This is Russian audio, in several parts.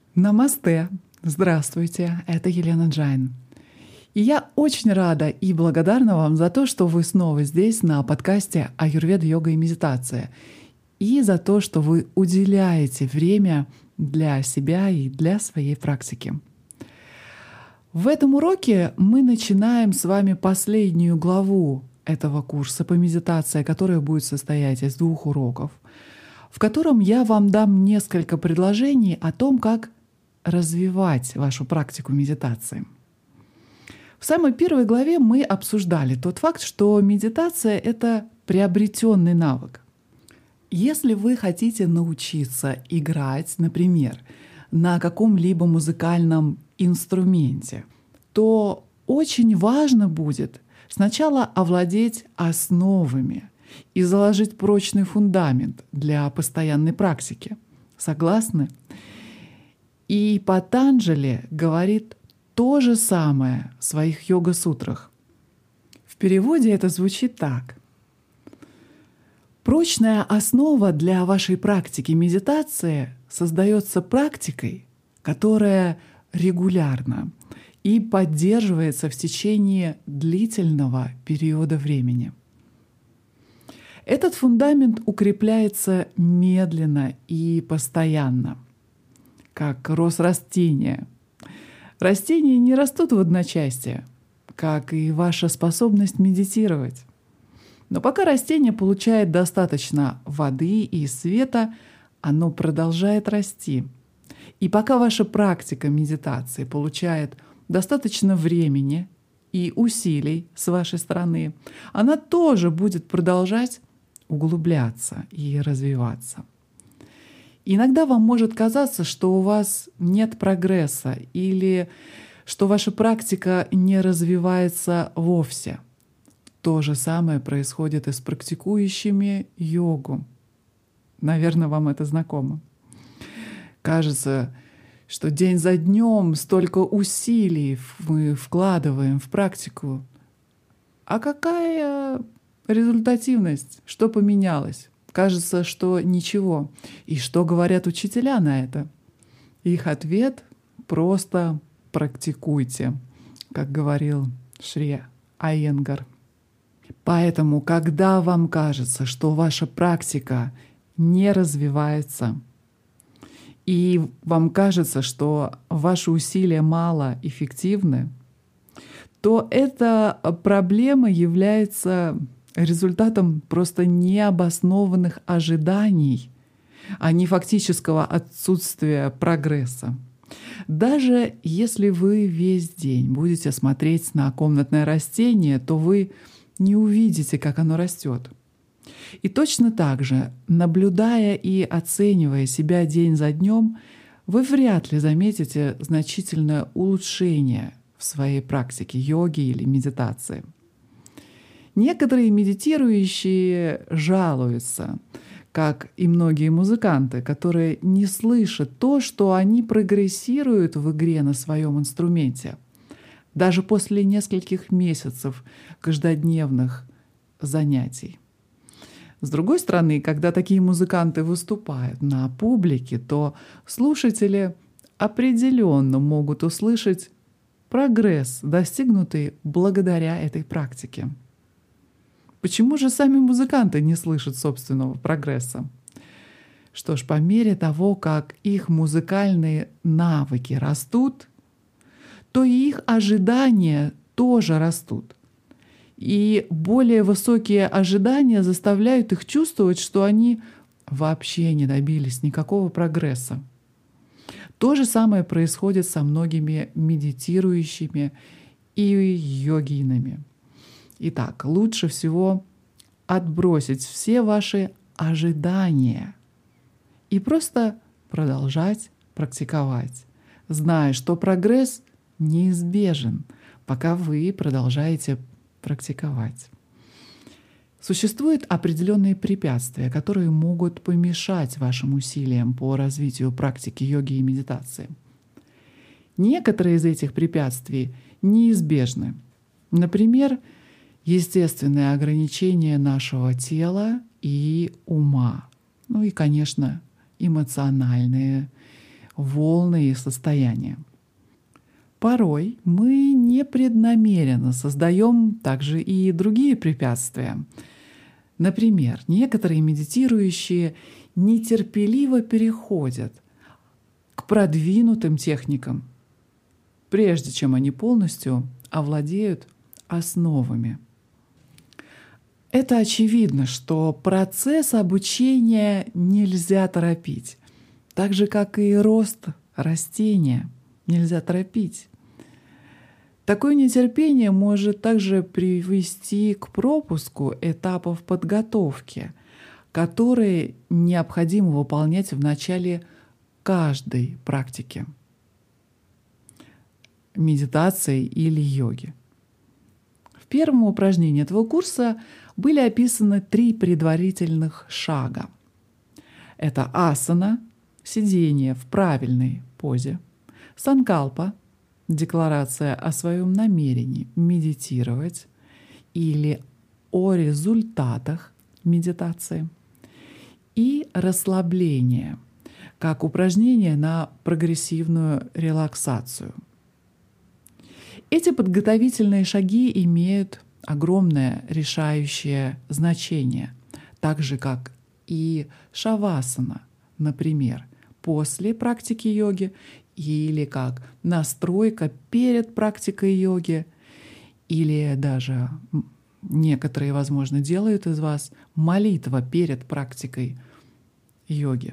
Намасте! Здравствуйте, это Елена Джайн. И я очень рада и благодарна вам за то, что вы снова здесь на подкасте «Аюрведа, йога и медитация», и за то, что вы уделяете время для себя и для своей практики. В этом уроке мы начинаем с вами последнюю главу этого курса по медитации, которая будет состоять из 2 уроков, в котором я вам дам несколько предложений о том, как развивать вашу практику медитации. В самой первой главе мы обсуждали тот факт, что медитация — это приобретенный навык. Если вы хотите научиться играть, например, на каком-либо музыкальном инструменте, то очень важно будет сначала овладеть основами и заложить прочный фундамент для постоянной практики. Согласны? И Патанджали говорит то же самое в своих йога-сутрах. В переводе это звучит так. Прочная основа для вашей практики медитации создается практикой, которая регулярна и поддерживается в течение длительного периода времени. Этот фундамент укрепляется медленно и постоянно, как рост растения. Растения не растут в одночасье, как и ваша способность медитировать. Но пока растение получает достаточно воды и света, оно продолжает расти. И пока ваша практика медитации получает достаточно времени и усилий с вашей стороны, она тоже будет продолжать углубляться и развиваться. Иногда вам может казаться, что у вас нет прогресса или что ваша практика не развивается вовсе. То же самое происходит и с практикующими йогу. Наверное, вам это знакомо. Кажется, что день за днем столько усилий мы вкладываем в практику. А какая результативность? Что поменялось? Кажется, что ничего. И что говорят учителя на это? Их ответ — просто практикуйте, как говорил Шри Айенгар. Поэтому, когда вам кажется, что ваша практика не развивается, и вам кажется, что ваши усилия малоэффективны, то эта проблема является результатом просто необоснованных ожиданий, а не фактического отсутствия прогресса. Даже если вы весь день будете смотреть на комнатное растение, то вы не увидите, как оно растет. И точно так же, наблюдая и оценивая себя день за днем, вы вряд ли заметите значительное улучшение в своей практике йоги или медитации. Некоторые медитирующие жалуются, как и многие музыканты, которые не слышат то, что они прогрессируют в игре на своем инструменте. Даже после нескольких месяцев каждодневных занятий. С другой стороны, когда такие музыканты выступают на публике, то слушатели определенно могут услышать прогресс, достигнутый благодаря этой практике. Почему же сами музыканты не слышат собственного прогресса? Что ж, по мере того, как их музыкальные навыки растут, то и их ожидания тоже растут. И более высокие ожидания заставляют их чувствовать, что они вообще не добились никакого прогресса. То же самое происходит со многими медитирующими и йогинами. Итак, лучше всего отбросить все ваши ожидания и просто продолжать практиковать, зная, что прогресс неизбежен, пока вы продолжаете практиковать. Существуют определенные препятствия, которые могут помешать вашим усилиям по развитию практики йоги и медитации. Некоторые из этих препятствий неизбежны. Например, естественные ограничения нашего тела и ума. Ну и, конечно, эмоциональные волны и состояния. Порой мы непреднамеренно создаем также и другие препятствия. Например, некоторые медитирующие нетерпеливо переходят к продвинутым техникам, прежде чем они полностью овладеют основами. Это очевидно, что процесс обучения нельзя торопить, так же, как и рост растения нельзя торопить. Такое нетерпение может также привести к пропуску этапов подготовки, которые необходимо выполнять в начале каждой практики медитации или йоги. В первом упражнении этого курса были описаны 3 предварительных шага. Это асана, сидение в правильной позе, санкалпа, декларация о своем намерении медитировать или о результатах медитации, и расслабление, как упражнение на прогрессивную релаксацию. Эти подготовительные шаги имеют огромное решающее значение, так же как и шавасана, например, после практики йоги, или как настройка перед практикой йоги, или даже некоторые, возможно, делают из вас молитва перед практикой йоги.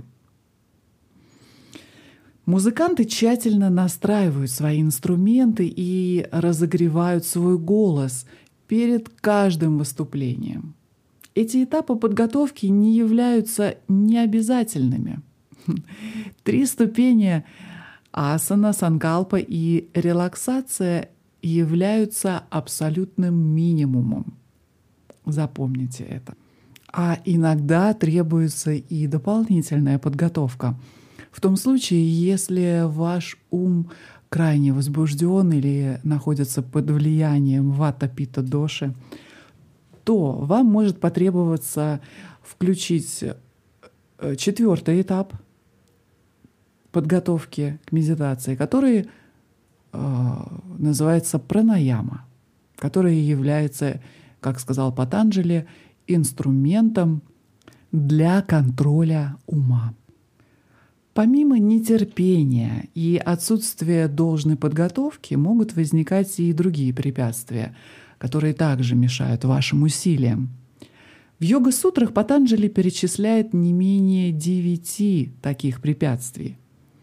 Музыканты тщательно настраивают свои инструменты и разогревают свой голос перед каждым выступлением. Эти этапы подготовки не являются необязательными. 3 ступени асана, санкалпа и релаксация являются абсолютным минимумом. Запомните это. А иногда требуется и дополнительная подготовка. В том случае, если ваш ум крайне возбужден или находится под влиянием вата, пита, доши, то вам может потребоваться включить 4-й этап подготовки к медитации, который называется пранаяма, который является, как сказал Патанджали, инструментом для контроля ума. Помимо нетерпения и отсутствия должной подготовки могут возникать и другие препятствия, которые также мешают вашим усилиям. В йога-сутрах Патанджали перечисляет не менее 9 таких препятствий.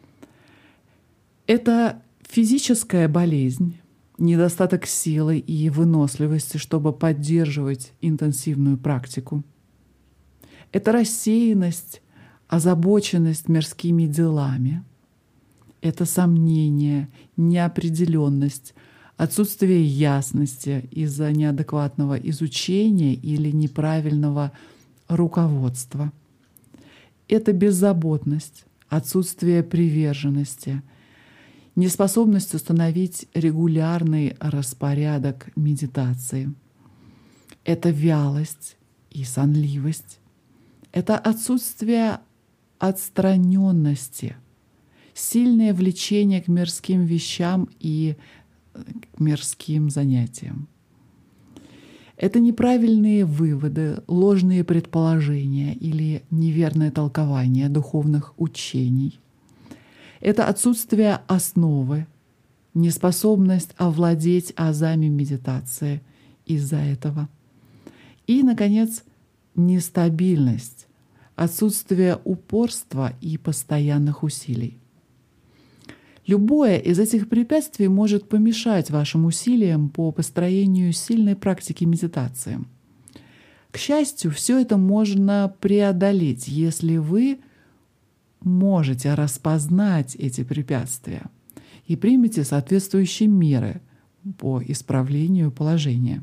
Это физическая болезнь, недостаток силы и выносливости, чтобы поддерживать интенсивную практику. Это рассеянность, озабоченность мирскими делами. Это сомнение, неопределенность, отсутствие ясности из-за неадекватного изучения или неправильного руководства. Это беззаботность, отсутствие приверженности, неспособность установить регулярный распорядок медитации. Это вялость и сонливость. Это отсутствие отстраненности, сильное влечение к мирским вещам и к мирским занятиям. Это неправильные выводы, ложные предположения или неверное толкование духовных учений. Это отсутствие основы, неспособность овладеть азами медитации из-за этого. И, наконец, нестабильность, отсутствие упорства и постоянных усилий. Любое из этих препятствий может помешать вашим усилиям по построению сильной практики медитации. К счастью, все это можно преодолеть, если вы можете распознать эти препятствия и примете соответствующие меры по исправлению положения.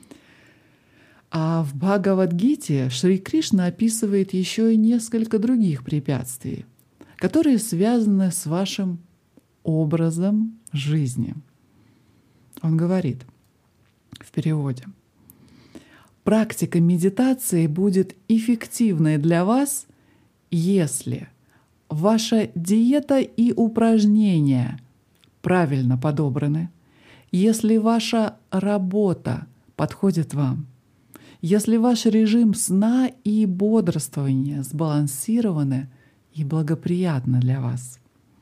А в Бхагавад-гите Шри Кришна описывает еще и несколько других препятствий, которые связаны с вашим образом жизни. Он говорит в переводе: практика медитации будет эффективной для вас, если ваша диета и упражнения правильно подобраны, если ваша работа подходит вам, если ваш режим сна и бодрствования сбалансированы и благоприятны для вас.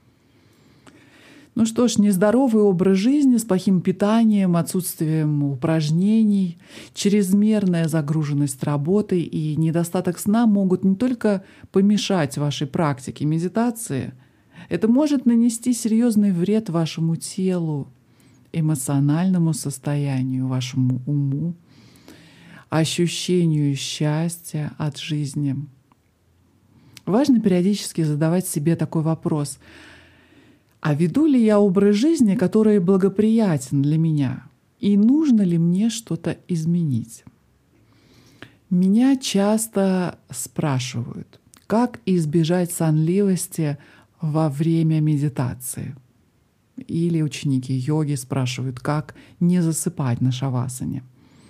Ну что ж, нездоровый образ жизни с плохим питанием, отсутствием упражнений, чрезмерная загруженность работой и недостаток сна могут не только помешать вашей практике медитации, это может нанести серьезный вред вашему телу, эмоциональному состоянию, вашему уму, ощущению счастья от жизни. Важно периодически задавать себе такой вопрос: а веду ли я образ жизни, который благоприятен для меня? И нужно ли мне что-то изменить? Меня часто спрашивают, как избежать сонливости во время медитации. Или ученики йоги спрашивают, как не засыпать на шавасане.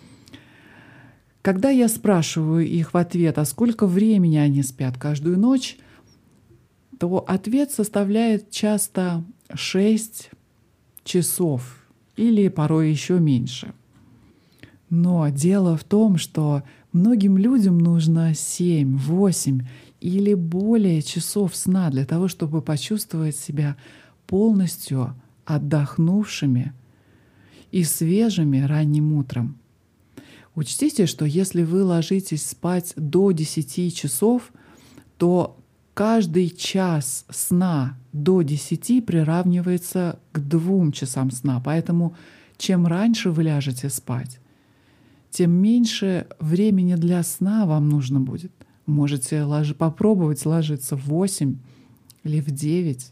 Когда я спрашиваю их в ответ, а сколько времени они спят каждую ночь, то ответ составляет часто 6 часов или порой еще меньше. Но дело в том, что многим людям нужно 7, 8 или более часов сна для того, чтобы почувствовать себя полностью отдохнувшими и свежими ранним утром. Учтите, что если вы ложитесь спать до 10 часов, то каждый час сна до 10 приравнивается к 2 часам сна. Поэтому чем раньше вы ляжете спать, тем меньше времени для сна вам нужно будет. Можете попробовать ложиться в 8 или в 9.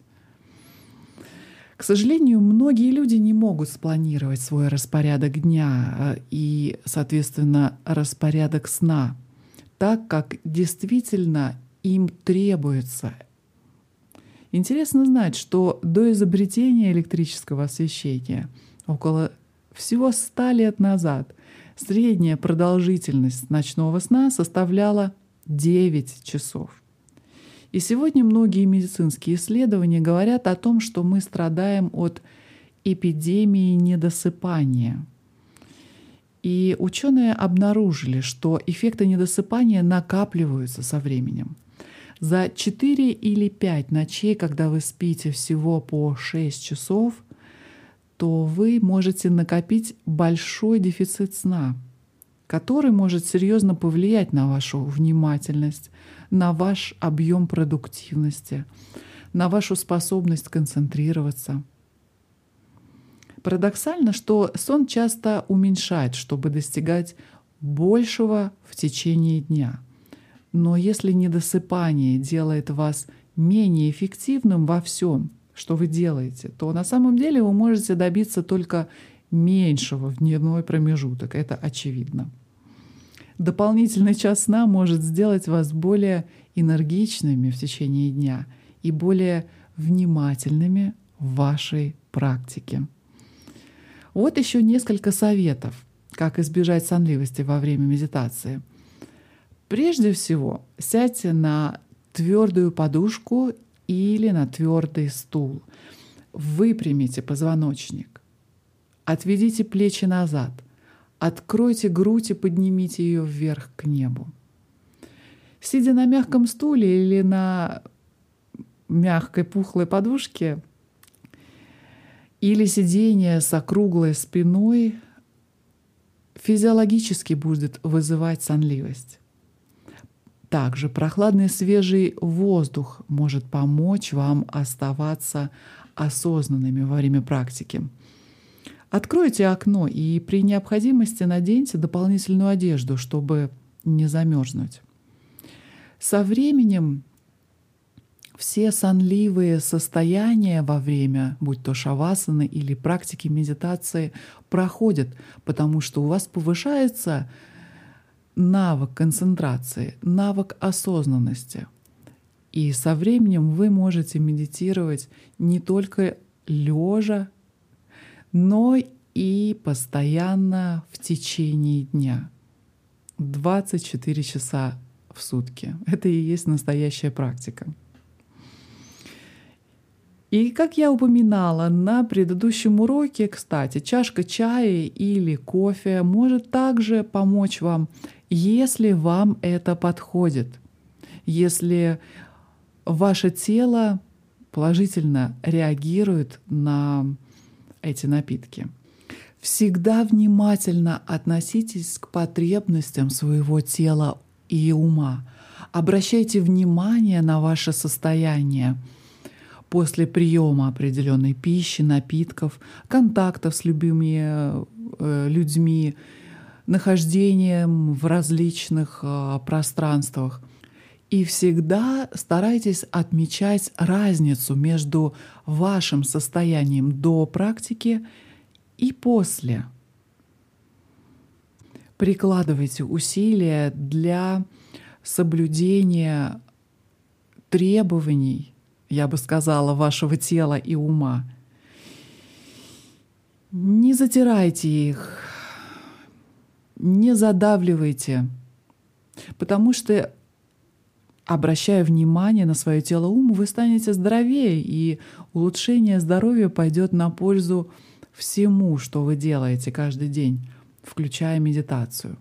К сожалению, многие люди не могут спланировать свой распорядок дня и, соответственно, распорядок сна так, как действительно им требуется. Интересно знать, что до изобретения электрического освещения около всего 100 лет назад средняя продолжительность ночного сна составляла 9 часов. И сегодня многие медицинские исследования говорят о том, что мы страдаем от эпидемии недосыпания. И ученые обнаружили, что эффекты недосыпания накапливаются со временем. За 4 или 5 ночей, когда вы спите всего по 6 часов, то вы можете накопить большой дефицит сна, который может серьезно повлиять на вашу внимательность, на ваш объем продуктивности, на вашу способность концентрироваться. Парадоксально, что сон часто уменьшает, чтобы достигать большего в течение дня. Но если недосыпание делает вас менее эффективным во всем, что вы делаете, то на самом деле вы можете добиться только меньшего в дневной промежуток. Это очевидно. Дополнительный час сна может сделать вас более энергичными в течение дня и более внимательными в вашей практике. Вот еще несколько советов, как избежать сонливости во время медитации. Прежде всего, сядьте на твердую подушку или на твердый стул. Выпрямите позвоночник. Отведите плечи назад. Откройте грудь и поднимите ее вверх к небу. Сидя на мягком стуле или на мягкой пухлой подушке, или сидение с округлой спиной физиологически будет вызывать сонливость. Также прохладный свежий воздух может помочь вам оставаться осознанными во время практики. Откройте окно и при необходимости наденьте дополнительную одежду, чтобы не замерзнуть. Со временем все сонливые состояния во время, будь то шавасаны или практики медитации, проходят, потому что у вас повышается навык концентрации, навык осознанности. И со временем вы можете медитировать не только лежа, но и постоянно в течение дня. 24 часа в сутки. Это и есть настоящая практика. И как я упоминала на предыдущем уроке, кстати, чашка чая или кофе может также помочь вам, если вам это подходит, если ваше тело положительно реагирует на эти напитки. Всегда внимательно относитесь к потребностям своего тела и ума. Обращайте внимание на ваше состояние после приема определенной пищи, напитков, контактов с любыми людьми, нахождением в различных пространствах. И всегда старайтесь отмечать разницу между вашим состоянием до практики и после. Прикладывайте усилия для соблюдения требований, я бы сказала, вашего тела и ума. Не затирайте их, не задавливайте, потому что, обращая внимание на свое тело и ум, вы станете здоровее, и улучшение здоровья пойдет на пользу всему, что вы делаете каждый день, включая медитацию.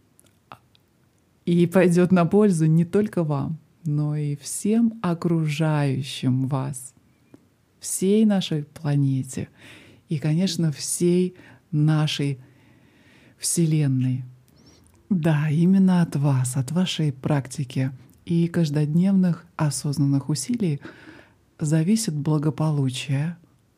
И пойдет на пользу не только вам, но и всем окружающим вас, всей нашей планете и, конечно, всей нашей Вселенной. Да, именно от вас, от вашей практики и каждодневных осознанных усилий зависит благополучие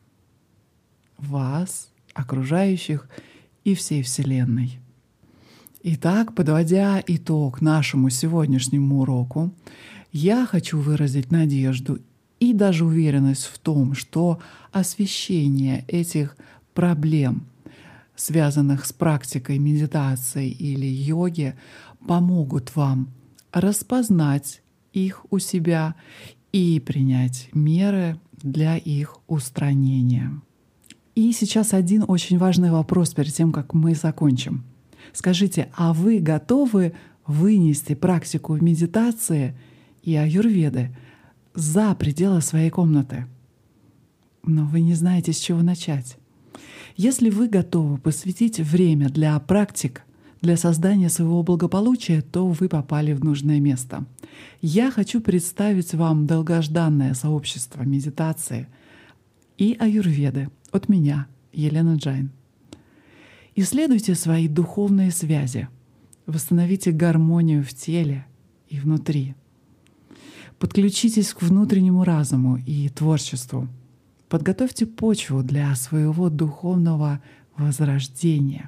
вас, окружающих и всей Вселенной. Итак, подводя итог нашему сегодняшнему уроку, я хочу выразить надежду и даже уверенность в том, что освещение этих проблем, связанных с практикой медитации или йоги, помогут вам распознать их у себя и принять меры для их устранения. И сейчас один очень важный вопрос перед тем, как мы закончим. Скажите, а вы готовы вынести практику медитации и аюрведы за пределы своей комнаты? Но вы не знаете, с чего начать. Если вы готовы посвятить время для практик, для создания своего благополучия, то вы попали в нужное место. Я хочу представить вам долгожданное сообщество медитации и аюрведы от меня, Елена Джайн. Исследуйте свои духовные связи, восстановите гармонию в теле и внутри. Подключитесь к внутреннему разуму и творчеству. Подготовьте почву для своего духовного возрождения.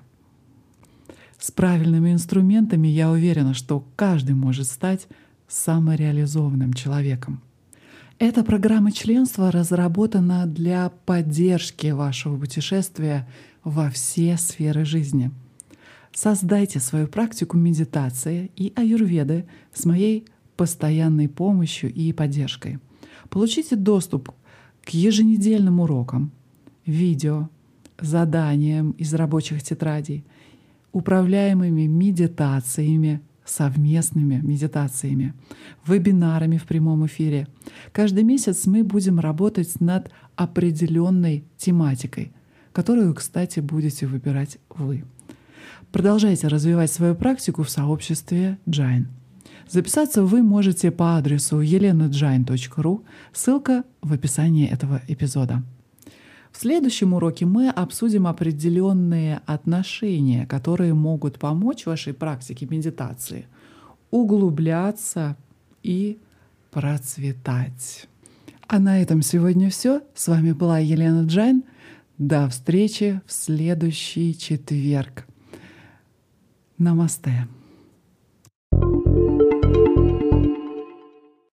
С правильными инструментами я уверена, что каждый может стать самореализованным человеком. Эта программа членства разработана для поддержки вашего путешествия во все сферы жизни. Создайте свою практику медитации и аюрведы с моей постоянной помощью и поддержкой. Получите доступ к еженедельным урокам, видео, заданиям из рабочих тетрадей, управляемыми медитациями, совместными медитациями, вебинарами в прямом эфире. Каждый месяц мы будем работать над определенной тематикой, которую, кстати, будете выбирать вы. Продолжайте развивать свою практику в сообществе Джайн. Записаться вы можете по адресу elenajain.ru, ссылка в описании этого эпизода. В следующем уроке мы обсудим определенные отношения, которые могут помочь вашей практике медитации углубляться и процветать. А на этом сегодня все. С вами была Елена Джайн. До встречи в следующий четверг. Намасте.